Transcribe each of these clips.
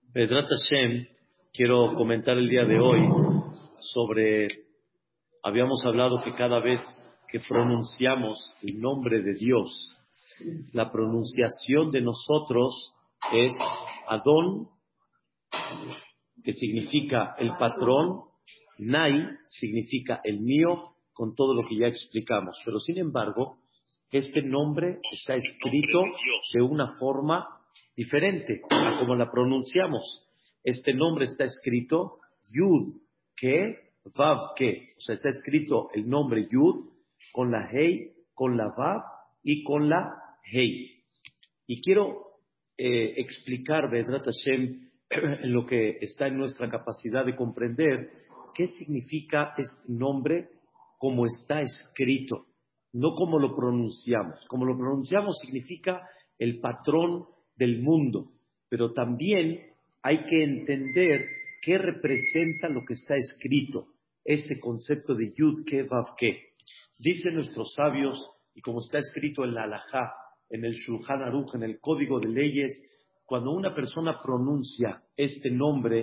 Bedrat Hashem, quiero comentar el día de hoy sobre, habíamos hablado que cada vez que pronunciamos el nombre de Dios, la pronunciación de nosotros es Adón, que significa el patrón, Nai significa el mío, con todo lo que ya explicamos. Pero sin embargo, este nombre está escrito de una forma diferente a como la pronunciamos. Este nombre está escrito Yud, Ke, Vav, Ke. O sea, está escrito el nombre Yud con la Hei, con la Vav y con la Hei. Y quiero explicar, Bedrat Hashem, en lo que está en nuestra capacidad de comprender qué significa este nombre como está escrito, no como lo pronunciamos. Como lo pronunciamos significa el patrón del mundo, pero también hay que entender qué representa lo que está escrito, este concepto de Yud, Ke, Vav, Ke. Dicen nuestros sabios, y como está escrito en la Halajá, en el Shulchan Aruch, en el Código de Leyes, cuando una persona pronuncia este nombre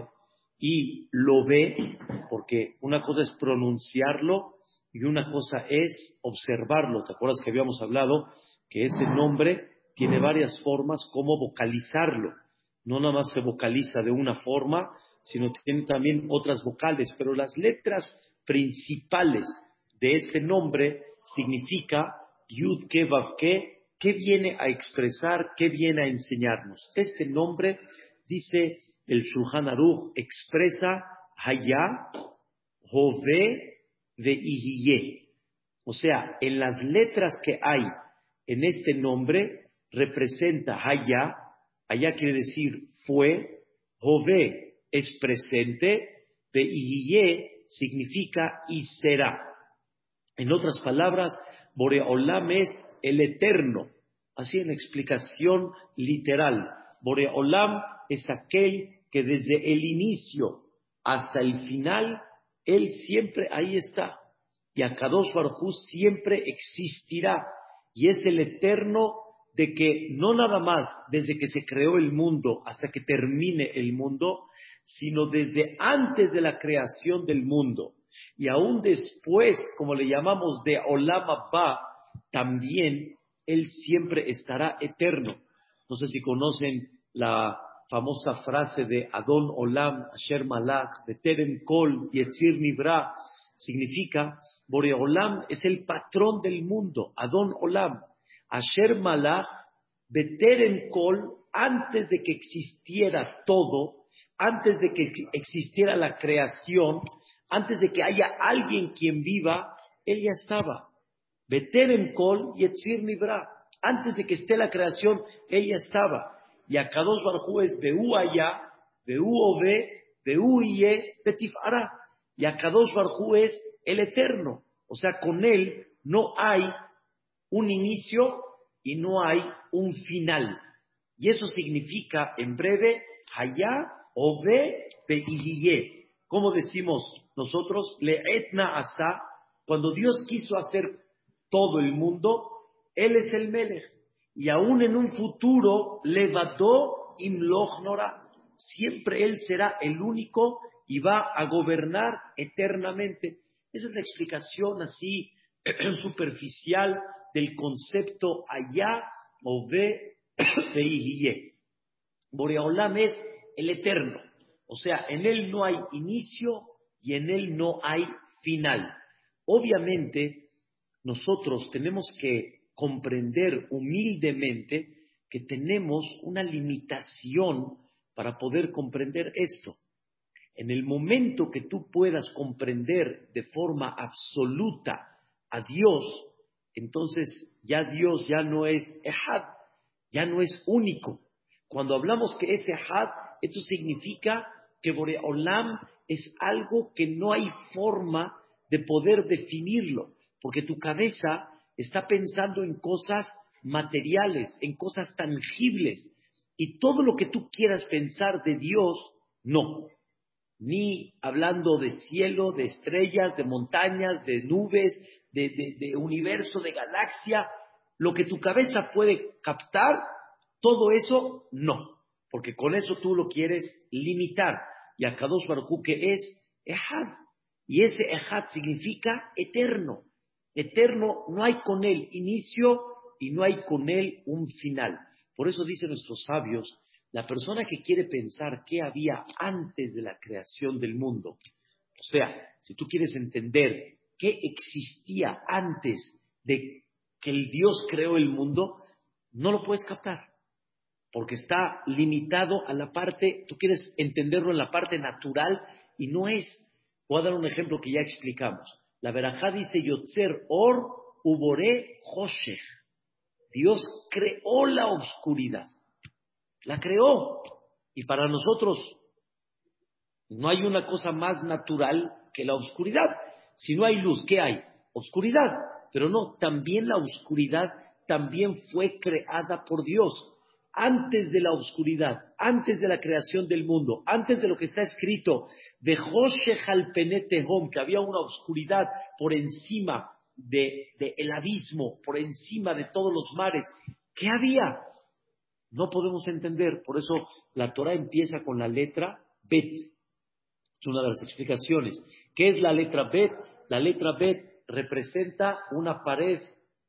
y lo ve, porque una cosa es pronunciarlo y una cosa es observarlo. ¿Te acuerdas que habíamos hablado que este nombre tiene varias formas como vocalizarlo? No nada más se vocaliza de una forma, sino que tiene también otras vocales, pero las letras principales de este nombre significa Yud, Ke, Vav, Ke. ¿Qué viene a expresar? ¿Qué viene a enseñarnos? Este nombre, dice el Shulchan Aruch, expresa Hayá, Hove, Ve'ihiye. O sea, en las letras que hay en este nombre, representa Hayá. Hayá quiere decir fue, Hove es presente, Ve'ihiye significa y será. En otras palabras, Boreolam es el eterno. Así en explicación literal. Boreolam es aquel que desde el inicio hasta el final, él siempre ahí está. Y Akadosh Baruj Hu siempre existirá. Y es el eterno de que no nada más desde que se creó el mundo hasta que termine el mundo, sino desde antes de la creación del mundo. Y aún después, como le llamamos de Olam Abba, también Él siempre estará eterno. No sé si conocen la famosa frase de Adon Olam, Asher Malach, Beterem Kol, Yetzir Nibra. Significa, Boreolam es el patrón del mundo, Adon Olam. Asher Malach, Beterem Kol, antes de que existiera todo, antes de que existiera la creación, antes de que haya alguien quien viva, Él ya estaba. Beterem Kol Yetzir Nibra. Antes de que esté la creación, Él ya estaba. Y Akadosh Baruj Hu es Behu Haya, Behu Ove, Behu Iye, Betifara. Y Akadosh Baruj Hu es el eterno. O sea, con Él no hay un inicio y no hay un final. Y eso significa, en breve, Haya, Ove, Be'iye. ¿Cómo decimos nosotros? Le'etna asa. Cuando Dios quiso hacer todo el mundo, Él es el Melech. Y aún en un futuro, Levadó imloch nora. Siempre Él será el único y va a gobernar eternamente. Esa es la explicación así superficial del concepto Haya, Ove, Be'iye. Boreolam es el eterno. O sea, en Él no hay inicio y en Él no hay final. Obviamente, nosotros tenemos que comprender humildemente que tenemos una limitación para poder comprender esto. En el momento que tú puedas comprender de forma absoluta a Dios, entonces ya Dios ya no es Ehad, ya no es único. Cuando hablamos que es Ehad, esto significa que Boreolam es algo que no hay forma de poder definirlo, porque tu cabeza está pensando en cosas materiales, en cosas tangibles, y todo lo que tú quieras pensar de Dios, no. Ni hablando de cielo, de estrellas, de montañas, de nubes, de universo, de galaxia, lo que tu cabeza puede captar, todo eso, no. porque con eso tú lo quieres limitar. Y a Kadosh Baruj Hu, que es Ehad, y ese Ehad significa eterno. Eterno, no hay con él inicio y no hay con él un final. Por eso dicen nuestros sabios, la persona que quiere pensar qué había antes de la creación del mundo, o sea, si tú quieres entender qué existía antes de que el Dios creó el mundo, no lo puedes captar, porque está limitado a la parte, tú quieres entenderlo en la parte natural y no es. Voy a dar un ejemplo que ya explicamos. La verajá dice, Yotzer Or Uboré Hoshech. Dios creó la oscuridad, la creó. Y para nosotros no hay una cosa más natural que la oscuridad. Si no hay luz, ¿qué hay? Oscuridad. Pero no, también la oscuridad también fue creada por Dios. Antes de la oscuridad, antes de la creación del mundo, antes de lo que está escrito, de Hoshech al Penetehom, que había una oscuridad por encima del abismo, por encima de todos los mares, ¿qué había? No podemos entender. Por eso la Torah empieza con la letra Bet. Es una de las explicaciones. ¿Qué es la letra Bet? La letra Bet representa una pared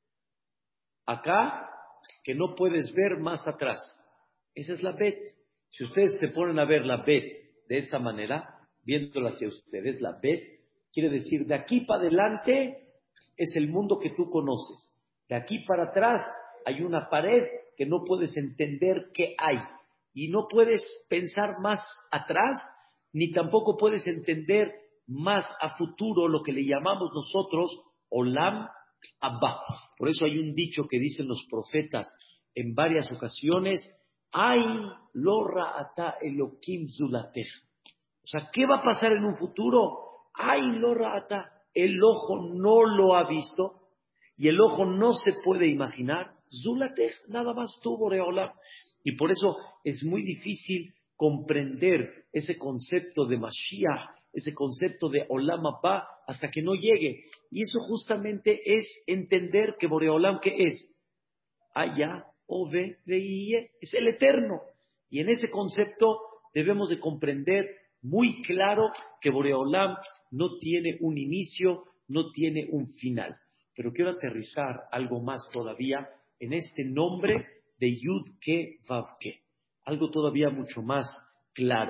acá que no puedes ver más atrás. Esa es la Bet. Si ustedes se ponen a ver la Bet de esta manera, viéndola hacia ustedes, la Bet quiere decir de aquí para adelante es el mundo que tú conoces. De aquí para atrás hay una pared que no puedes entender qué hay. Y no puedes pensar más atrás, ni tampoco puedes entender más a futuro lo que le llamamos nosotros Olam Abba. Por eso hay un dicho que dicen los profetas en varias ocasiones, Ay lo ra'ata Elokim zulatech. O sea, ¿qué va a pasar en un futuro? Ay lo ra'ata. El ojo no lo ha visto y el ojo no se puede imaginar. Zulatech, nada más tú, Boreolam. Y por eso es muy difícil comprender ese concepto de Mashiach, ese concepto de Olam Abba, hasta que no llegue. Y eso justamente es entender que Boreolam, ¿qué es? Allá, Ove, Veie, es el eterno. Y en ese concepto debemos de comprender muy claro que Boreolam no tiene un inicio, no tiene un final. Pero quiero aterrizar algo más todavía en este nombre de Yud-Ke Vav-Ke. Algo todavía mucho más claro.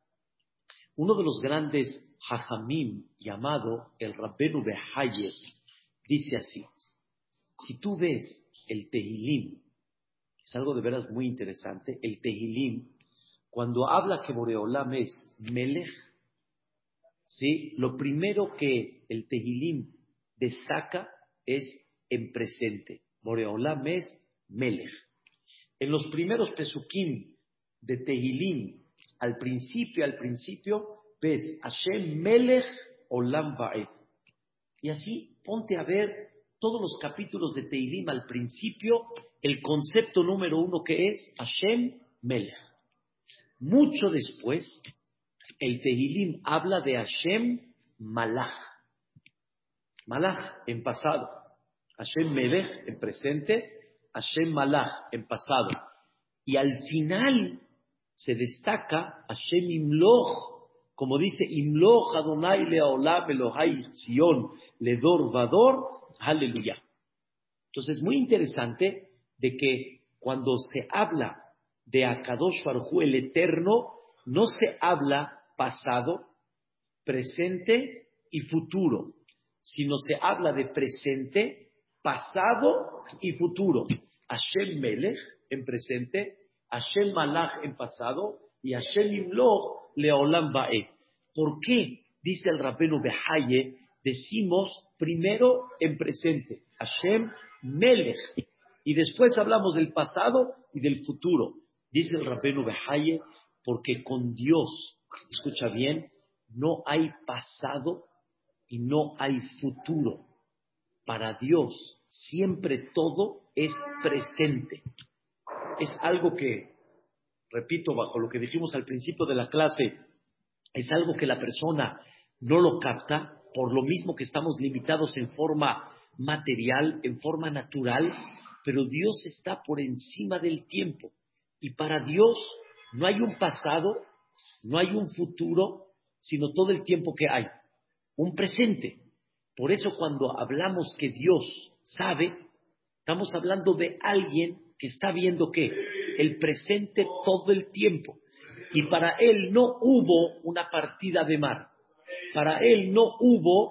Uno de los grandes Jajamim, llamado el Rabbenu Behaye, dice así: si tú ves el Tehilim, es algo de veras muy interesante, el Tehilim, cuando habla que Boreolam es Melech, ¿sí? Lo primero que el Tehilim destaca es en presente. Boreolam es Melech. En los primeros Pesukim de Tehilim, al principio, ves Hashem Melech Olam Va'ed. Y así ponte a ver todos los capítulos de Tehilim al principio, el concepto número 1 que es Hashem Melech. Mucho después, el Tehilim habla de Hashem Malach. Malach en pasado. Hashem Melech en presente. Hashem Malach en pasado. Y al final se destaca Hashem Imloch, como dice Imloch Adonai Leolam Elohai Zion Ledor Vador, aleluya. Entonces es muy interesante de que cuando se habla de Akadosh Baruj Hu, el Eterno, no se habla pasado, presente y futuro, sino se habla de presente, pasado y futuro. Hashem Melech en presente, Hashem Malach en pasado y Hashem Imloch Leolam Va'ed. ¿Por qué? Dice el Rabbenu Behaye, decimos primero en presente, Hashem Melech, y después hablamos del pasado y del futuro. Dice el Rabbenu Behaye, porque con Dios, escucha bien, no hay pasado y no hay futuro. Para Dios siempre todo es presente. Es algo que, repito, bajo lo que dijimos al principio de la clase, es algo que la persona no lo capta, por lo mismo que estamos limitados en forma material, en forma natural, pero Dios está por encima del tiempo. Y para Dios No hay un pasado, no hay un futuro, sino todo el tiempo que hay. Un presente. Por eso cuando hablamos que Dios sabe, estamos hablando de alguien que está viendo ¿qué? El presente todo el tiempo. Y para él no hubo una partida de mar. Para él no hubo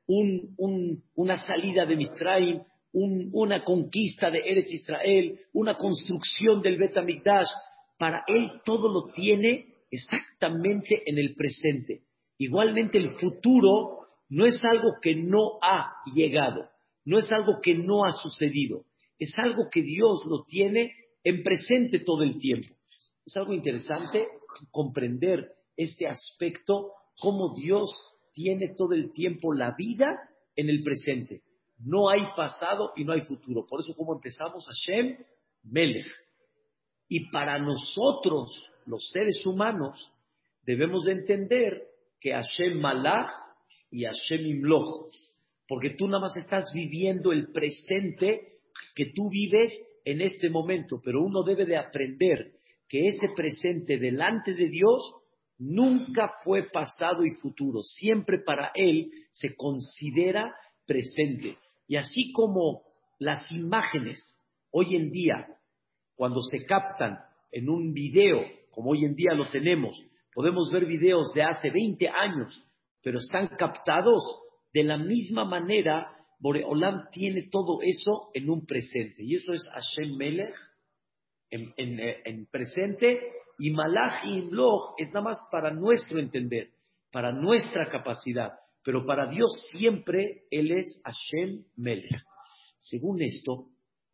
una salida de Mitzrayim, una conquista de Eretz Israel, una construcción del Bet HaMikdash. Para él todo lo tiene exactamente en el presente. Igualmente el futuro no es algo que no ha llegado, no es algo que no ha sucedido, es algo que Dios lo tiene en presente todo el tiempo. Es algo interesante comprender este aspecto, cómo Dios tiene todo el tiempo la vida en el presente. No hay pasado y no hay futuro. Por eso, como empezamos, Hashem Melech. Y para nosotros, los seres humanos, debemos de entender que Hashem Malach y Hashem Imloch. Porque tú nada más estás viviendo el presente que tú vives en este momento. Pero uno debe de aprender que ese presente delante de Dios nunca fue pasado y futuro. Siempre para Él se considera presente. Y así como las imágenes hoy en día, cuando se captan en un video, como hoy en día lo tenemos, podemos ver videos de hace 20 años, pero están captados de la misma manera. Boreolam tiene todo eso en un presente. Y eso es Hashem Melech en presente, y Malach y Imloch es nada más para nuestro entender, para nuestra capacidad. Pero para Dios siempre Él es Hashem Melech. Según esto,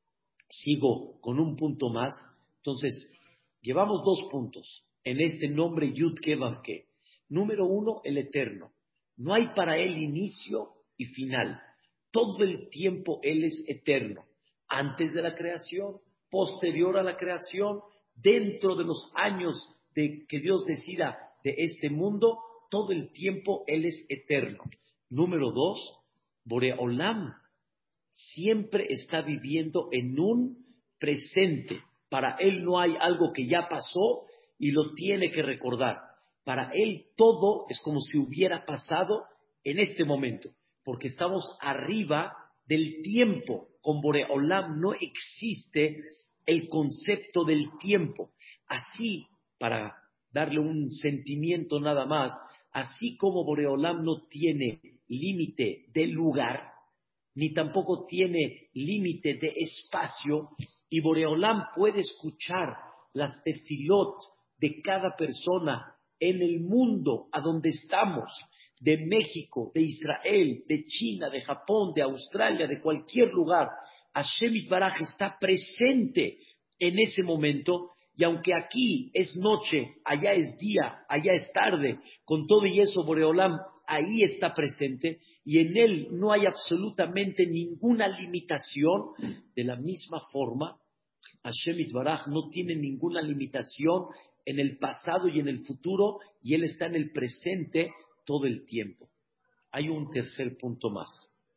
sigo con un punto más. Entonces, llevamos 2 puntos en este nombre Yud Ke Vav Ke. Número 1, el Eterno. No hay para Él inicio y final. Todo el tiempo Él es eterno. Antes de la creación, posterior a la creación, dentro de los años de que Dios decida de este mundo, todo el tiempo Él es eterno. Número 2, Boreolam siempre está viviendo en un presente. Para Él no hay algo que ya pasó y lo tiene que recordar. Para Él todo es como si hubiera pasado en este momento, porque estamos arriba del tiempo. Con Boreolam no existe el concepto del tiempo. Así, para darle un sentimiento nada más, así como Boreolam no tiene límite de lugar, ni tampoco tiene límite de espacio, y Boreolam puede escuchar las tefilot de cada persona en el mundo a donde estamos, de México, de Israel, de China, de Japón, de Australia, de cualquier lugar. Hashem Yitbaraj está presente en ese momento, y aunque aquí es noche, allá es día, allá es tarde, con todo y eso Boreolam ahí está presente, y en Él no hay absolutamente ninguna limitación. De la misma forma, Hashem Yitbaraj no tiene ninguna limitación en el pasado y en el futuro, y Él está en el presente todo el tiempo. Hay un tercer punto más,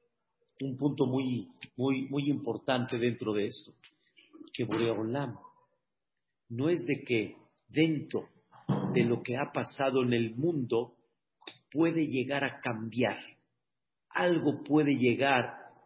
un punto muy, muy, muy importante dentro de esto, que Boreolam no es de que dentro de lo que ha pasado en el mundo puede llegar a cambiar, algo puede llegar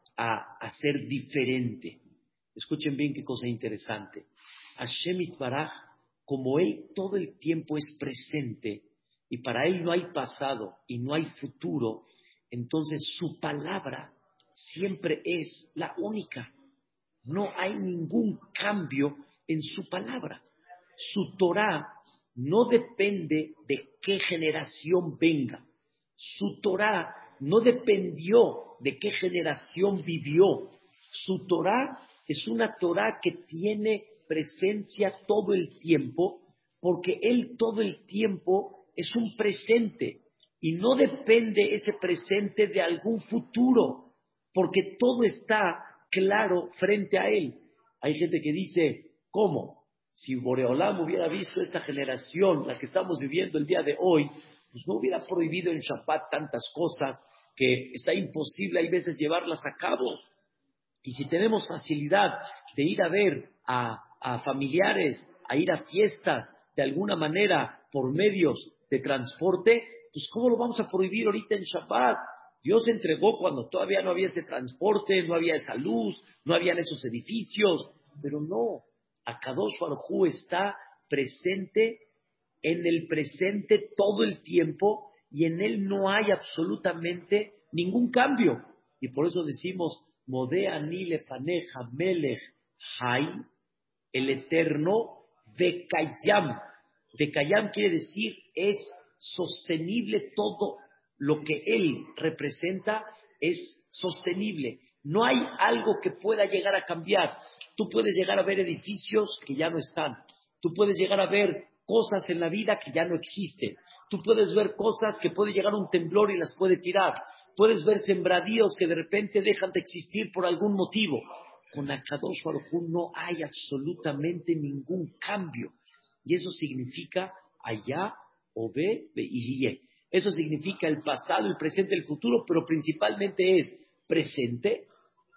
a ser diferente. Escuchen bien qué cosa interesante. Hashem Yitbaraj, como Él todo el tiempo es presente, y para Él no hay pasado y no hay futuro, entonces su palabra siempre es la única. No hay ningún cambio en su palabra. Su Torah no depende de qué generación venga. Su Torah no dependió de qué generación vivió. Su Torah es una Torah que tiene presencia todo el tiempo, porque Él todo el tiempo es un presente, y no depende ese presente de algún futuro, porque todo está claro frente a Él. Hay gente que dice, ¿cómo? Si Boreolam hubiera visto esta generación, la que estamos viviendo el día de hoy, pues no hubiera prohibido en Shabbat tantas cosas que está imposible hay veces llevarlas a cabo. Y si tenemos facilidad de ir a ver a familiares, a ir a fiestas, de alguna manera por medios de transporte, pues ¿cómo lo vamos a prohibir ahorita en Shabbat? Dios entregó cuando todavía no había ese transporte, no había esa luz, no habían esos edificios, pero no, Akadosh Baruj Hu está presente en el presente todo el tiempo y en él no hay absolutamente ningún cambio. Y por eso decimos, Modea ni lefaneja melech hay, el eterno, Vekayam. Vekayam quiere decir es sostenible, todo lo que él representa es sostenible. No hay algo que pueda llegar a cambiar. Tú puedes llegar a ver edificios que ya no están. Tú puedes llegar a ver cosas en la vida que ya no existen. Tú puedes ver cosas que puede llegar un temblor y las puede tirar. Puedes ver sembradíos que de repente dejan de existir por algún motivo. Con Akadosh Baruj Hu no hay absolutamente ningún cambio. Y eso significa allá, Ove, Be'iye. Eso significa el pasado, el presente, el futuro, pero principalmente es presente.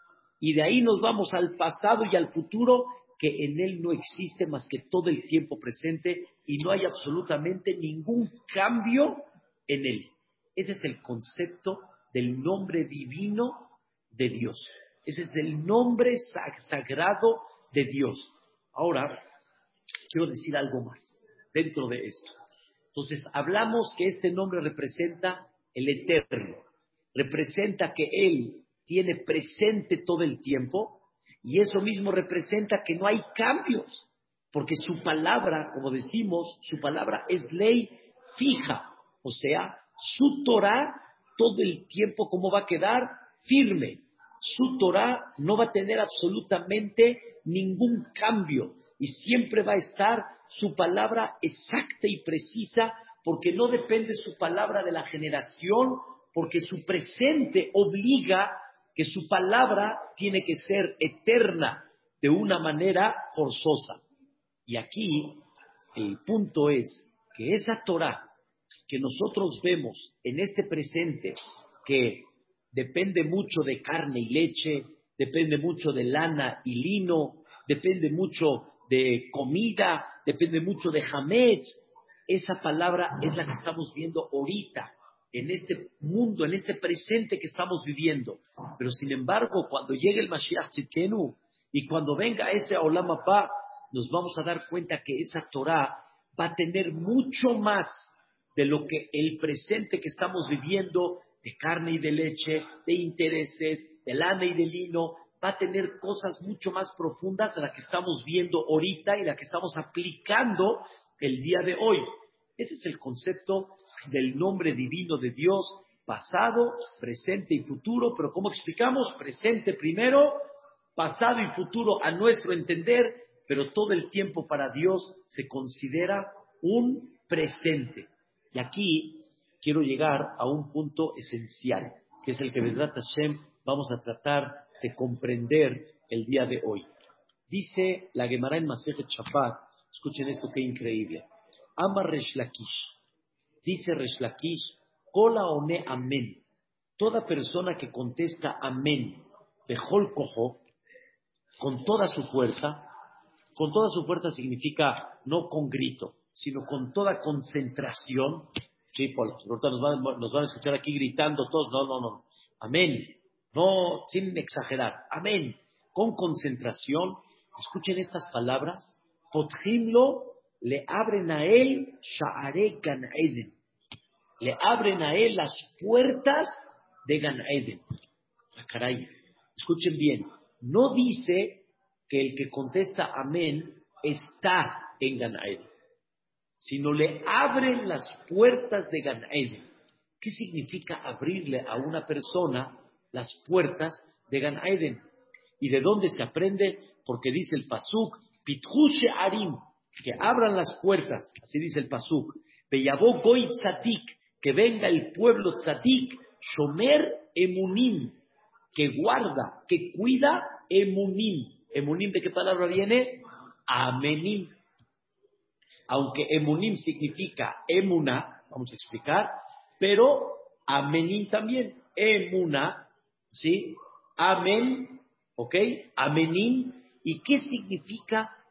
Y de ahí nos vamos al pasado y al futuro, que en él no existe más que todo el tiempo presente y no hay absolutamente ningún cambio en él. Ese es el concepto del nombre divino de Dios. Ese es el nombre sagrado de Dios. Ahora, quiero decir algo más dentro de esto. Entonces, hablamos que este nombre representa el Eterno, representa que Él tiene presente todo el tiempo y eso mismo representa que no hay cambios, porque su palabra, como decimos, su palabra es ley fija, o sea, su Torah todo el tiempo, ¿cómo va a quedar? Firme. Su Torah no va a tener absolutamente ningún cambio y siempre va a estar su palabra exacta y precisa, porque no depende su palabra de la generación, porque su presente obliga que su palabra tiene que ser eterna de una manera forzosa. Y aquí el punto es que esa Torah que nosotros vemos en este presente, que depende mucho de carne y leche, depende mucho de lana y lino, depende mucho de comida, depende mucho de hametz, esa palabra es la que estamos viendo ahorita, en este mundo, en este presente que estamos viviendo. Pero sin embargo, cuando llegue el Mashiach Tzidkenu y cuando venga ese Olam Haba, nos vamos a dar cuenta que esa Torah va a tener mucho más de lo que el presente que estamos viviendo, de carne y de leche, de intereses, de lana y de lino, va a tener cosas mucho más profundas de las que estamos viendo ahorita y la que estamos aplicando el día de hoy. Ese es el concepto del nombre divino de Dios, pasado, presente y futuro, pero ¿cómo explicamos? Presente primero, pasado y futuro a nuestro entender, pero todo el tiempo para Dios se considera un presente. Y aquí quiero llegar a un punto esencial, que es el que Bezrat Hashem vamos a tratar de comprender el día de hoy. Dice la Gemara en Masejet Shabbat, escuchen esto qué increíble. Amar Resh Lakish, dice Resh Lakish, Kola one amén. Toda persona que contesta amén, Bejol Kojo, con toda su fuerza significa no con grito, sino con toda concentración. Sí, Paul, ahorita nos van a escuchar aquí gritando todos. No. Amén. No, sin exagerar. Amén. Con concentración. Escuchen estas palabras. Potjimlo, le abren a él Sha'are Gan Eden. Le abren a él las puertas de Gan Eden. Caray. Escuchen bien. No dice que el que contesta amén está en Gan Eden, sino le abren las puertas de Gan Eden. ¿Qué significa abrirle a una persona las puertas de Gan Eden? ¿Y de dónde se aprende? Porque dice el Pasuk, Pithu She'arim, que abran las puertas, así dice el Pasuk, Beyabó Goy Tzadik, que venga el pueblo Tzadik, Shomer Emunim, que guarda, que cuida Emunim. ¿Emunim de qué palabra viene? Amenim. Aunque Emunim significa Emuna, vamos a explicar, pero Amenim también. Emuna, ¿sí? Amen, ¿ok? Amenim. ¿Y qué significa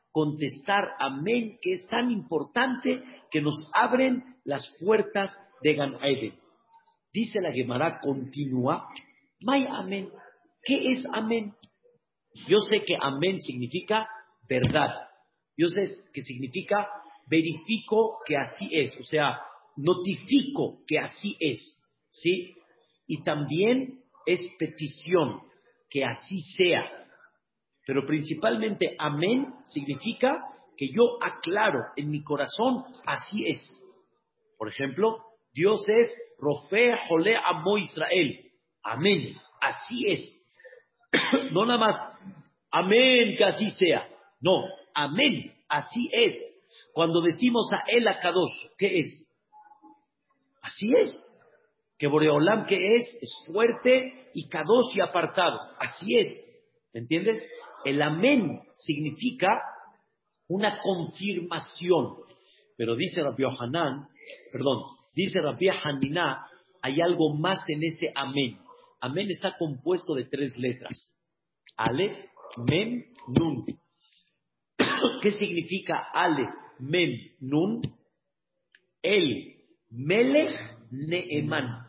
contestar amén, que es tan importante que nos abren las puertas de Gan Eden. Dice la Gemara, continúa, May amén. ¿Qué es amén? Yo sé que amén significa verdad. Yo sé que significa verifico que así es, o sea, notifico que así es, ¿sí? Y también es petición, que así sea. Pero principalmente amén significa que yo aclaro en mi corazón, así es. Por ejemplo, Dios es Rofe Jole Amo Israel. Amén, así es. No nada más, amén, que así sea. No, amén, así es. Cuando decimos a él a Kadosh, ¿qué es? Así es. Que Boreolam, ¿qué es? Es fuerte y Kadosh y apartado. Así es. ¿Entiendes? El amén significa una confirmación. Pero dice Rabbi Yohanan, dice Rabbi Haniná, hay algo más en ese amén. Amén está compuesto de 3 letras. Alef, Mem, Nun. ¿Qué significa Alef, Mem, Nun? El Melech Neeman.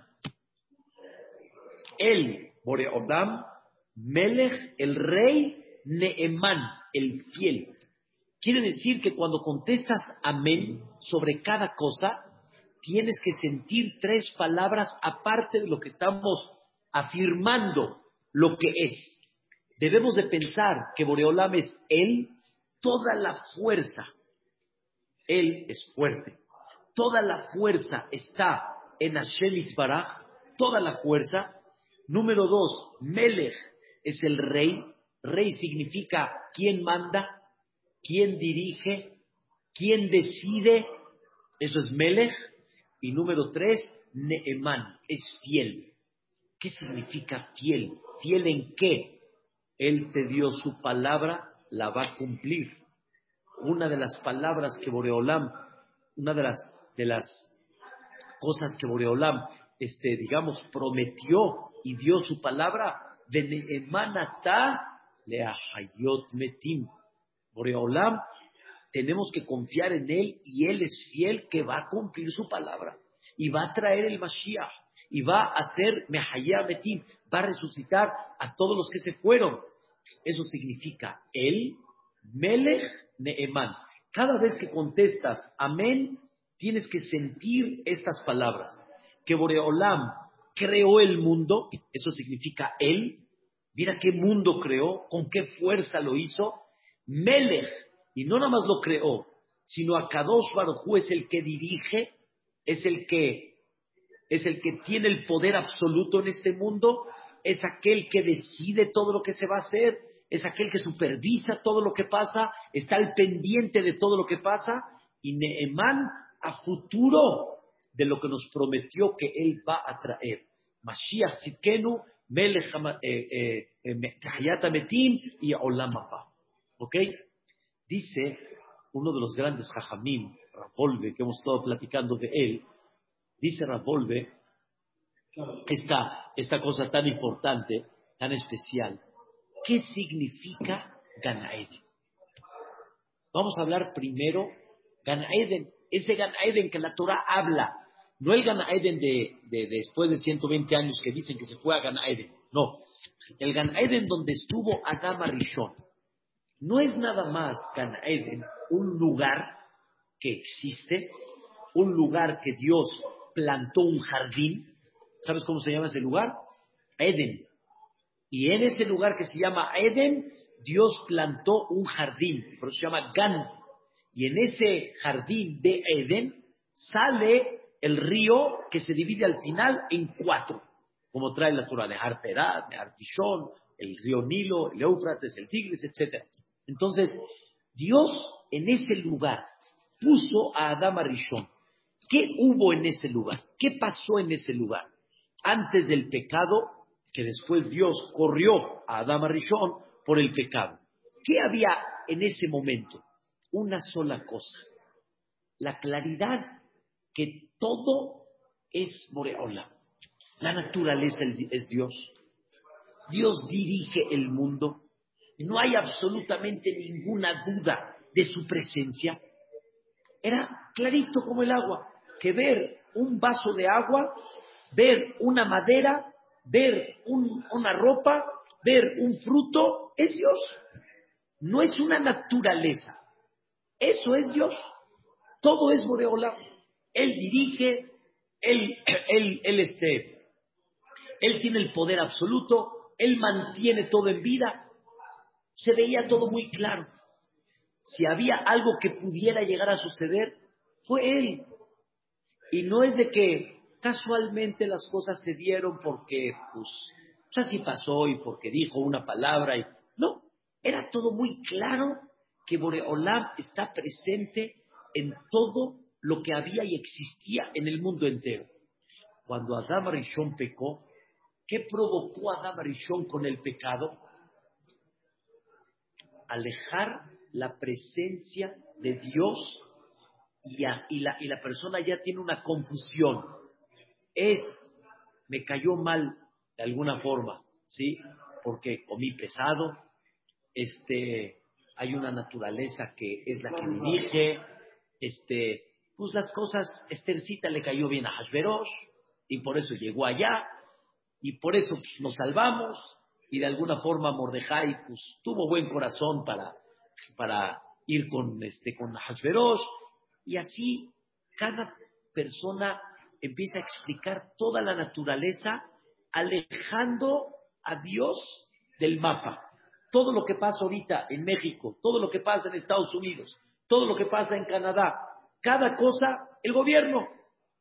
El Boreolam, Melech, el rey, Neeman, el fiel. Quiere decir que cuando contestas amén sobre cada cosa, tienes que sentir 3 palabras aparte de lo que estamos afirmando, lo que es. Debemos de pensar que Boreolam es Él, toda la fuerza. Él es fuerte. Toda la fuerza está en Hashem Yitbaraj, toda la fuerza. Número 2, Melech es el rey. Rey significa quién manda, quién dirige, quién decide. Eso es Melech. Y número 3, Neeman, es fiel. ¿Qué significa fiel? ¿Fiel en qué? Él te dio su palabra, la va a cumplir. Una de las palabras que Boreolam, una de las cosas que Boreolam, digamos, prometió y dio su palabra, de Neemanatá leahayot metim. Boreolam, tenemos que confiar en él y él es fiel que va a cumplir su palabra y va a traer el Mashiach y va a hacer Mehayah Metim, va a resucitar a todos los que se fueron. Eso significa él, Melech Neeman. Cada vez que contestas amén, tienes que sentir estas palabras. Que Boreolam creó el mundo, eso significa él. Mira qué mundo creó, con qué fuerza lo hizo. Melech, y no nada más lo creó, sino a Kadosh Baruj Hu es el que dirige, es el que tiene el poder absoluto en este mundo, es aquel que decide todo lo que se va a hacer, es aquel que supervisa todo lo que pasa, está al pendiente de todo lo que pasa, y Neemán a futuro de lo que nos prometió que él va a traer. Mashiach Tzidkenu, Melech Hayat Ametim y Olam Haba. ¿Ok? Dice uno de los grandes Jajamim, Rav Wolbe, que hemos estado platicando de él, dice Rav Wolbe, esta cosa tan importante, tan especial. ¿Qué significa Gan Eden? Vamos a hablar primero Gan Eden, ese Gan Eden que la Torah habla, no el Gan Eden de después de 120 años que dicen que se fue a Gan Eden, no, el Gan Eden donde estuvo Adam Arishon. No es nada más Gan Eden un lugar que existe, un lugar que Dios plantó un jardín. ¿Sabes cómo se llama ese lugar? Eden. Y en ese lugar que se llama Eden, Dios plantó un jardín, por eso se llama Gan. Y en ese jardín de Eden sale el río que se divide al final en 4, como trae la Torah, Nehar Perat, Nehar Kishon, el río Nilo, el Éufrates, el Tigris, etc. Entonces, Dios en ese lugar puso a Adam Arishon. ¿Qué hubo en ese lugar? ¿Qué pasó en ese lugar? Antes del pecado, que después Dios corrió a Adam Arishon por el pecado. ¿Qué había en ese momento? Una sola cosa. La claridad que todo es Boreolam. La naturaleza es Dios. Dios dirige el mundo. No hay absolutamente ninguna duda de su presencia, era clarito como el agua, que ver un vaso de agua, ver una madera, ver una ropa, ver un fruto, es Dios. No es una naturaleza. Eso es Dios. Todo es Boreolam. Él dirige, él tiene el poder absoluto, Él mantiene todo en vida. Se veía todo muy claro. Si había algo que pudiera llegar a suceder, fue Él. Y no es de que casualmente las cosas se dieron porque, pues así pasó y porque dijo una palabra. No, era todo muy claro que Boreolam está presente en todo lo que había y existía en el mundo entero. Cuando Adam Rishon pecó, ¿qué provocó a Adam Rishon con el pecado? Alejar la presencia de Dios y la persona ya tiene una confusión. Me cayó mal de alguna forma, ¿sí? Porque comí pesado, hay una naturaleza que es la que dirige, pues las cosas, Estercita le cayó bien a Hashverosh, y por eso llegó allá, y por eso pues, nos salvamos, y de alguna forma Mordejai pues tuvo buen corazón para ir con Hashverosh, y así cada persona empieza a explicar toda la naturaleza, alejando a Dios del mapa. Todo lo que pasa ahorita en México, todo lo que pasa en Estados Unidos, todo lo que pasa en Canadá, cada cosa, el gobierno.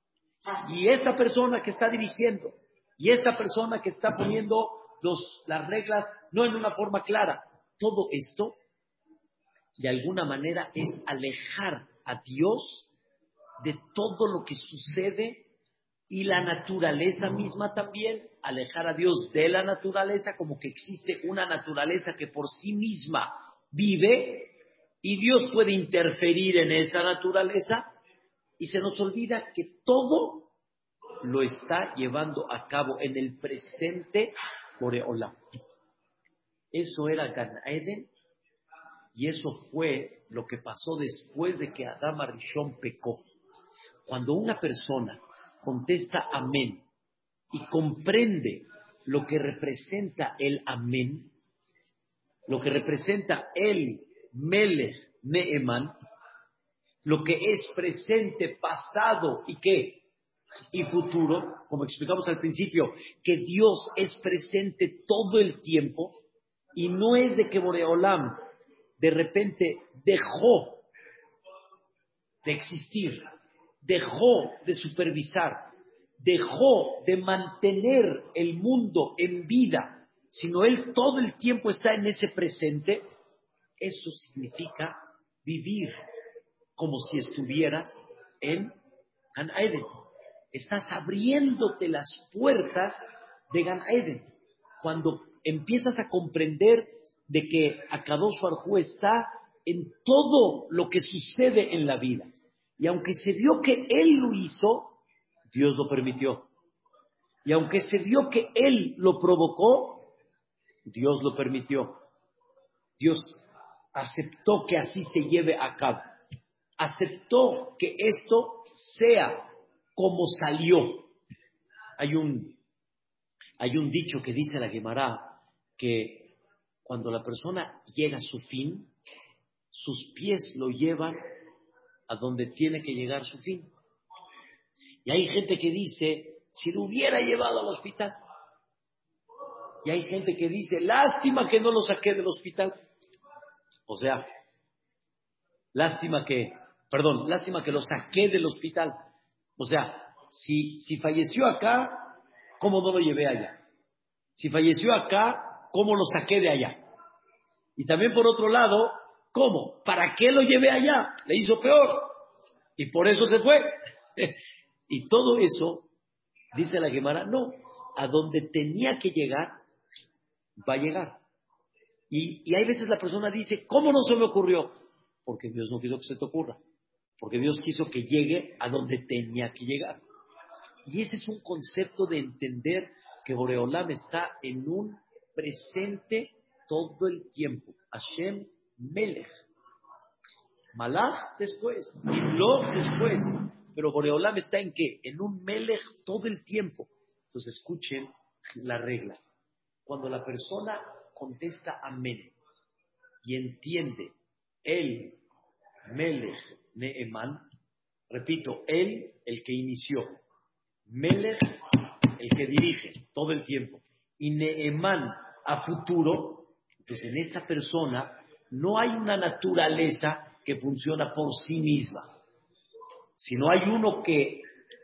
Y esta persona que está dirigiendo, y esta persona que está poniendo las reglas no en una forma clara, todo esto, de alguna manera, es alejar a Dios de todo lo que sucede y la naturaleza misma también, alejar a Dios de la naturaleza, como que existe una naturaleza que por sí misma vive y Dios puede interferir en esa naturaleza y se nos olvida que todo lo está llevando a cabo en el presente Boreolam. Eso era Gan Eden y eso fue lo que pasó después de que Adam Arishon pecó. Cuando una persona contesta amén y comprende lo que representa el amén, lo que representa el Melech Neeman, lo que es presente, pasado y qué, y futuro, como explicamos al principio, que Dios es presente todo el tiempo y no es de que Boreolam de repente dejó de existir, dejó de supervisar, dejó de mantener el mundo en vida, sino Él todo el tiempo está en ese presente. Eso significa vivir como si estuvieras en Gan Eden. Estás abriéndote las puertas de Gan Eden. Cuando empiezas a comprender de que Akadosh Baruj Hu está en todo lo que sucede en la vida. Y aunque se vio que Él lo hizo, Dios lo permitió. Y aunque se vio que Él lo provocó, Dios lo permitió. Dios aceptó que así se lleve a cabo. Aceptó que esto sea como salió. Hay un dicho que dice la Gemara que cuando la persona llega a su fin, sus pies lo llevan a donde tiene que llegar su fin. Y hay gente que dice, si lo hubiera llevado al hospital. Y hay gente que dice, lástima que no lo saqué del hospital. O sea, lástima que lo saqué del hospital. O sea, si falleció acá, ¿cómo no lo llevé allá? Si falleció acá, ¿cómo lo saqué de allá? Y también por otro lado, ¿cómo? ¿Para qué lo llevé allá? Le hizo peor. Y por eso se fue. Y todo eso, dice la Gemara, no, a donde tenía que llegar, va a llegar. Y hay veces la persona dice, ¿cómo no se me ocurrió? Porque Dios no quiso que se te ocurra. Porque Dios quiso que llegue a donde tenía que llegar. Y ese es un concepto de entender que Boreolam está en un presente todo el tiempo. Hashem Melech. Malach después, Imloch después. Pero Boreolam está en ¿qué? En un Melech todo el tiempo. Entonces escuchen la regla. Cuando la persona contesta amén y entiende el Melech Neeman, repito, él el que inició, Melech el que dirige todo el tiempo, y Neeman a futuro, pues en esta persona no hay una naturaleza que funciona por sí misma, sino hay uno que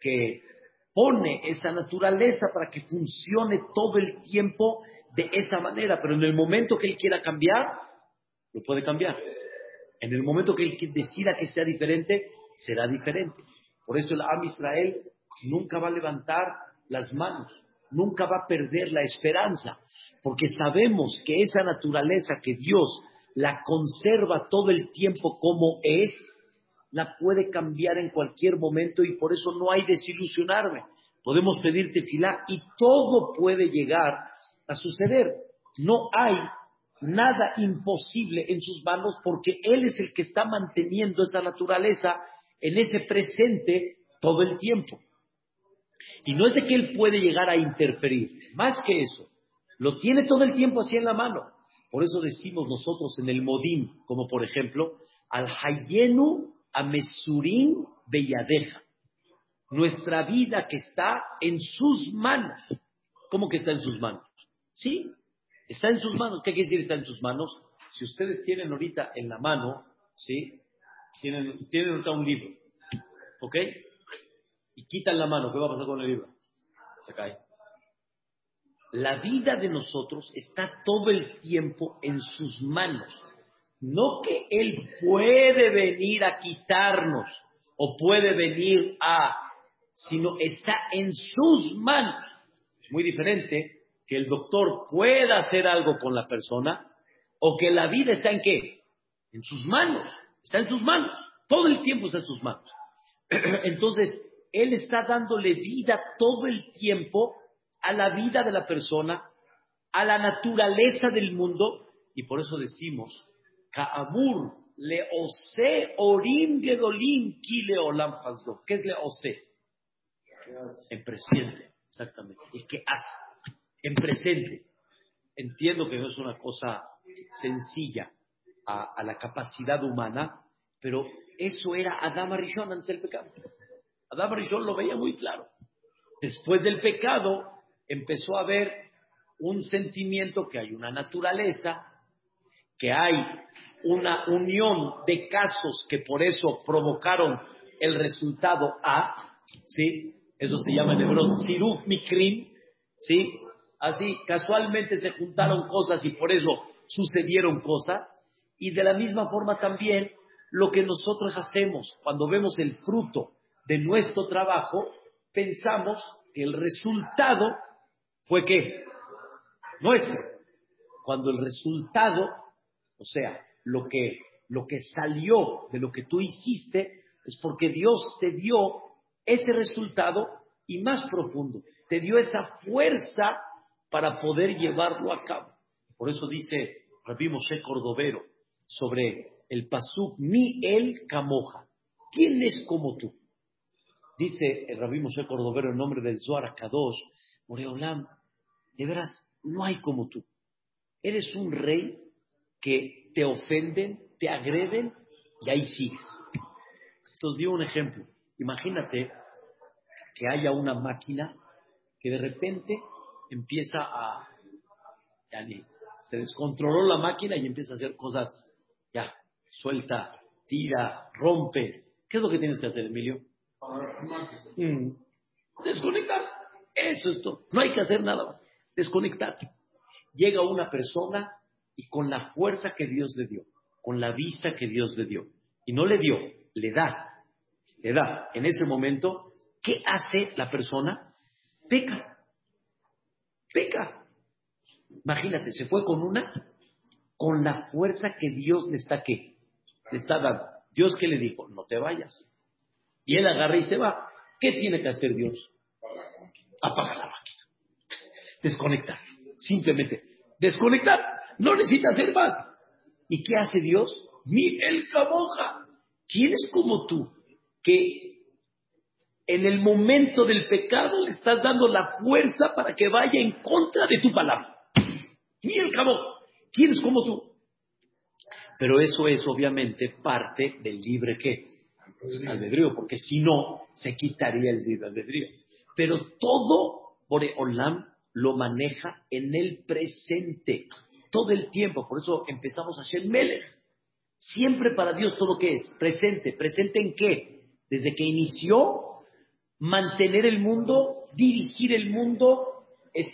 pone esa naturaleza para que funcione todo el tiempo de esa manera, pero en el momento que él quiera cambiar, lo puede cambiar. En el momento que él decida que sea diferente, será diferente. Por eso el Am Israel nunca va a levantar las manos, nunca va a perder la esperanza, porque sabemos que esa naturaleza que Dios la conserva todo el tiempo como es, la puede cambiar en cualquier momento y por eso no hay desilusionarme. Podemos pedir tefilá y todo puede llegar a suceder. No hay nada imposible en sus manos porque Él es el que está manteniendo esa naturaleza en ese presente todo el tiempo. Y no es de que Él puede llegar a interferir, más que eso, lo tiene todo el tiempo así en la mano. Por eso decimos nosotros en el Modim, como por ejemplo, al Hayenu Amesurim Beyadeja, nuestra vida que está en sus manos. ¿Cómo que está en sus manos? Sí, está en sus manos. ¿Qué quiere decir está en sus manos? Si ustedes tienen ahorita en la mano, ¿sí? Tienen ahorita un libro, ¿ok? Y quitan la mano, ¿qué va a pasar con el libro? Se cae. La vida de nosotros está todo el tiempo en sus manos. No que Él puede venir a quitarnos o puede venir sino está en sus manos. Es muy diferente que el doctor pueda hacer algo con la persona o que la vida está en ¿qué? En sus manos. Está en sus manos. Todo el tiempo está en sus manos. Entonces, Él está dándole vida todo el tiempo a la vida de la persona, a la naturaleza del mundo, y por eso decimos, Ka'amur leose orim gedolim ki leolam hazdo. ¿Qué es leose? En presente, exactamente. ¿Y qué hace? En presente. Entiendo que no es una cosa sencilla a la capacidad humana, pero eso era Adam Arishon antes del pecado. Adam Arishon lo veía muy claro. Después del pecado empezó a haber un sentimiento que hay una naturaleza, que hay una unión de casos que por eso provocaron el resultado A, ¿sí? Eso se llama en hebreo Siruf Mikrim, ¿sí? Así, casualmente se juntaron cosas y por eso sucedieron cosas. Y de la misma forma también lo que nosotros hacemos cuando vemos el fruto de nuestro trabajo, pensamos que el resultado fue ¿qué? Nuestro. Cuando el resultado, o sea, lo que salió de lo que tú hiciste, es porque Dios te dio ese resultado y más profundo. Te dio esa fuerza para poder llevarlo a cabo. Por eso dice Rabbi Moshe Cordovero sobre el pasuk, Mi el Kamoja. ¿Quién es como tú? Dice el Rabbi Moshe Cordovero en nombre del Zohar HaKadosh, Boreolam, de veras, no hay como tú. Eres un rey que te ofenden, te agreden y ahí sigues. Entonces dio un ejemplo. Imagínate que haya una máquina que de repente empieza se descontroló la máquina y empieza a hacer cosas, suelta, tira, rompe. ¿Qué es lo que tienes que hacer, Emilio? Desconectar. Eso es todo. No hay que hacer nada más. Desconectar. Llega una persona y con la fuerza que Dios le dio, con la vista que Dios le dio, y no le dio, le da. En ese momento, ¿qué hace la persona? Peca. Imagínate, se fue con la fuerza que Dios le está dando. Dios, ¿qué le dijo? No te vayas. Y él agarra y se va. ¿Qué tiene que hacer Dios? Apaga la máquina. Desconectar. Simplemente desconectar. No necesita hacer más. ¿Y qué hace Dios? Mi el Kamoja. ¿Quién es como tú que en el momento del pecado le estás dando la fuerza para que vaya en contra de tu palabra? Ni el cabo. ¿Quién es como tú? Pero eso es obviamente parte del libre ¿qué? Albedrío, porque si no, se quitaría el libre albedrío. Pero todo Boreolam lo maneja en el presente, todo el tiempo. Por eso empezamos a Shem Melech. Siempre para Dios todo que es presente. ¿Presente en qué? Desde que inició, mantener el mundo, dirigir el mundo,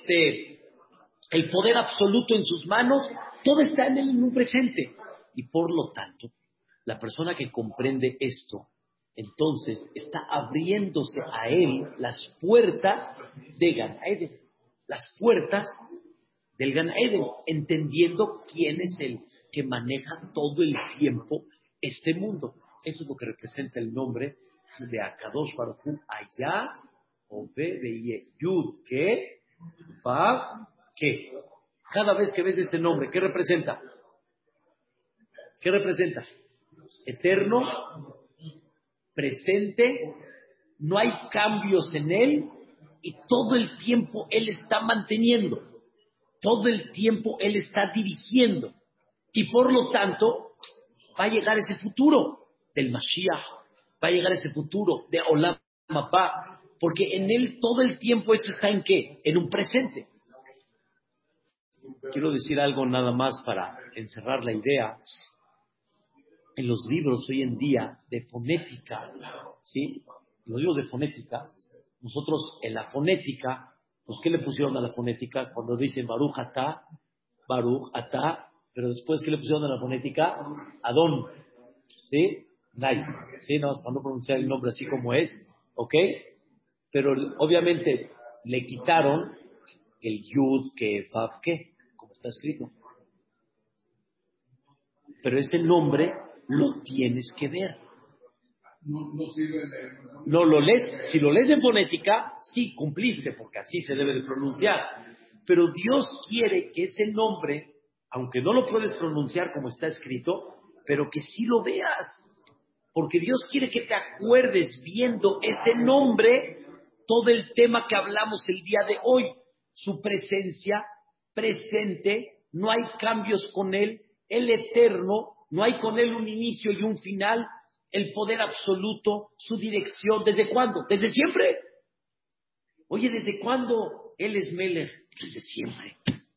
el poder absoluto en sus manos, todo está en él en un presente. Y por lo tanto, la persona que comprende esto, entonces está abriéndose a él las puertas de Gan Eden, las puertas del Gan Eden, entendiendo quién es el que maneja todo el tiempo este mundo. Eso es lo que representa el nombre de Akadosh Baruj Hu, allá, Ove, Beye, Yud, ¿qué? Vav, ¿qué? Cada vez que ves este nombre, ¿qué representa? ¿Qué representa? Eterno, presente, no hay cambios en él y todo el tiempo él está manteniendo, todo el tiempo él está dirigiendo y por lo tanto va a llegar ese futuro del Mashiach, va a llegar ese futuro de Olam Haba, porque en él todo el tiempo eso está en ¿qué? En un presente. Quiero decir algo nada más para encerrar la idea. En los libros hoy en día de fonética, ¿sí? En los libros de fonética, nosotros en la fonética, pues ¿qué le pusieron a la fonética? Cuando dicen Baruch Atá, pero después ¿qué le pusieron a la fonética? Adón, ¿sí? Nay, ¿sí? No, para no pronunciar el nombre así como es, ¿ok? Pero obviamente le quitaron el Yud, que Vav, que, como está escrito. Pero ese nombre lo tienes que ver. No lo lees, si lo lees en fonética, sí cumpliste, porque así se debe de pronunciar. Pero Dios quiere que ese nombre, aunque no lo puedes pronunciar como está escrito, pero que sí lo veas. Porque Dios quiere que te acuerdes viendo ese nombre, todo el tema que hablamos el día de hoy. Su presencia presente, no hay cambios con Él, el eterno, no hay con Él un inicio y un final, el poder absoluto, su dirección. ¿Desde cuándo? ¿Desde siempre? Oye, ¿desde cuándo Él es Melech? Desde siempre.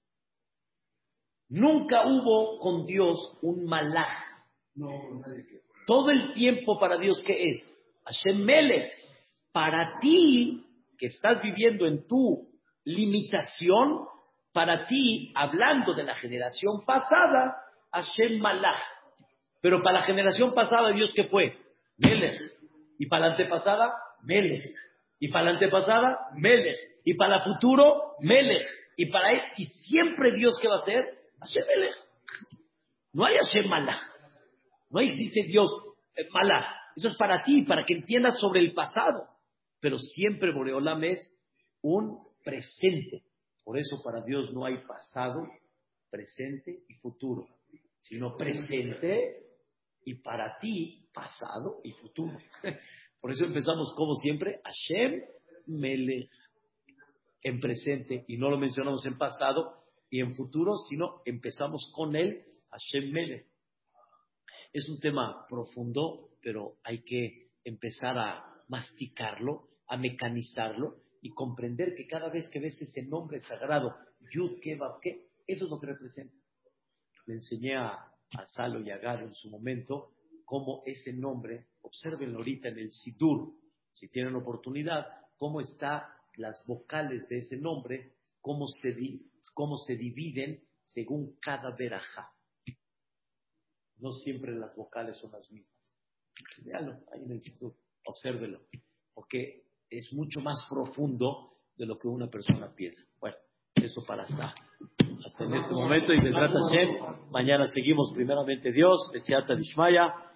Nunca hubo con Dios un malaj. Todo el tiempo para Dios, ¿qué es? Hashem Melech. Para ti, que estás viviendo en tu limitación, para ti, hablando de la generación pasada, Hashem Malach. Pero para la generación pasada, Dios, ¿qué fue? Melech. Y para la antepasada, Melech. Y para la antepasada, Melech. Y para el futuro, Melech. Y para él, y siempre Dios, ¿qué va a hacer? Hashem Melech. No hay Hashem Malach. No existe Dios Malach. Eso es para ti, para que entiendas sobre el pasado. Pero siempre Boreolam es un presente. Por eso para Dios no hay pasado, presente y futuro, sino presente y para ti pasado y futuro. Por eso empezamos como siempre, Hashem Melech, en presente, y no lo mencionamos en pasado y en futuro, sino empezamos con él, Hashem Melech. Es un tema profundo, pero hay que empezar a masticarlo, a mecanizarlo y comprender que cada vez que ves ese nombre sagrado, Yud, Ke, Vav, Ke, eso es lo que representa. Le enseñé a Salo y a Gad en su momento cómo ese nombre, obsérvenlo ahorita en el Sidur, si tienen oportunidad, cómo están las vocales de ese nombre, cómo se dividen según cada verajá. No siempre las vocales son las mismas. Véalo ahí en el Sidur, obsérvelo, porque es mucho más profundo de lo que una persona piensa. Bueno, eso para hasta en este momento, y se trata Hashem. Mañana seguimos primeramente Dios, Besiata Dishmaya.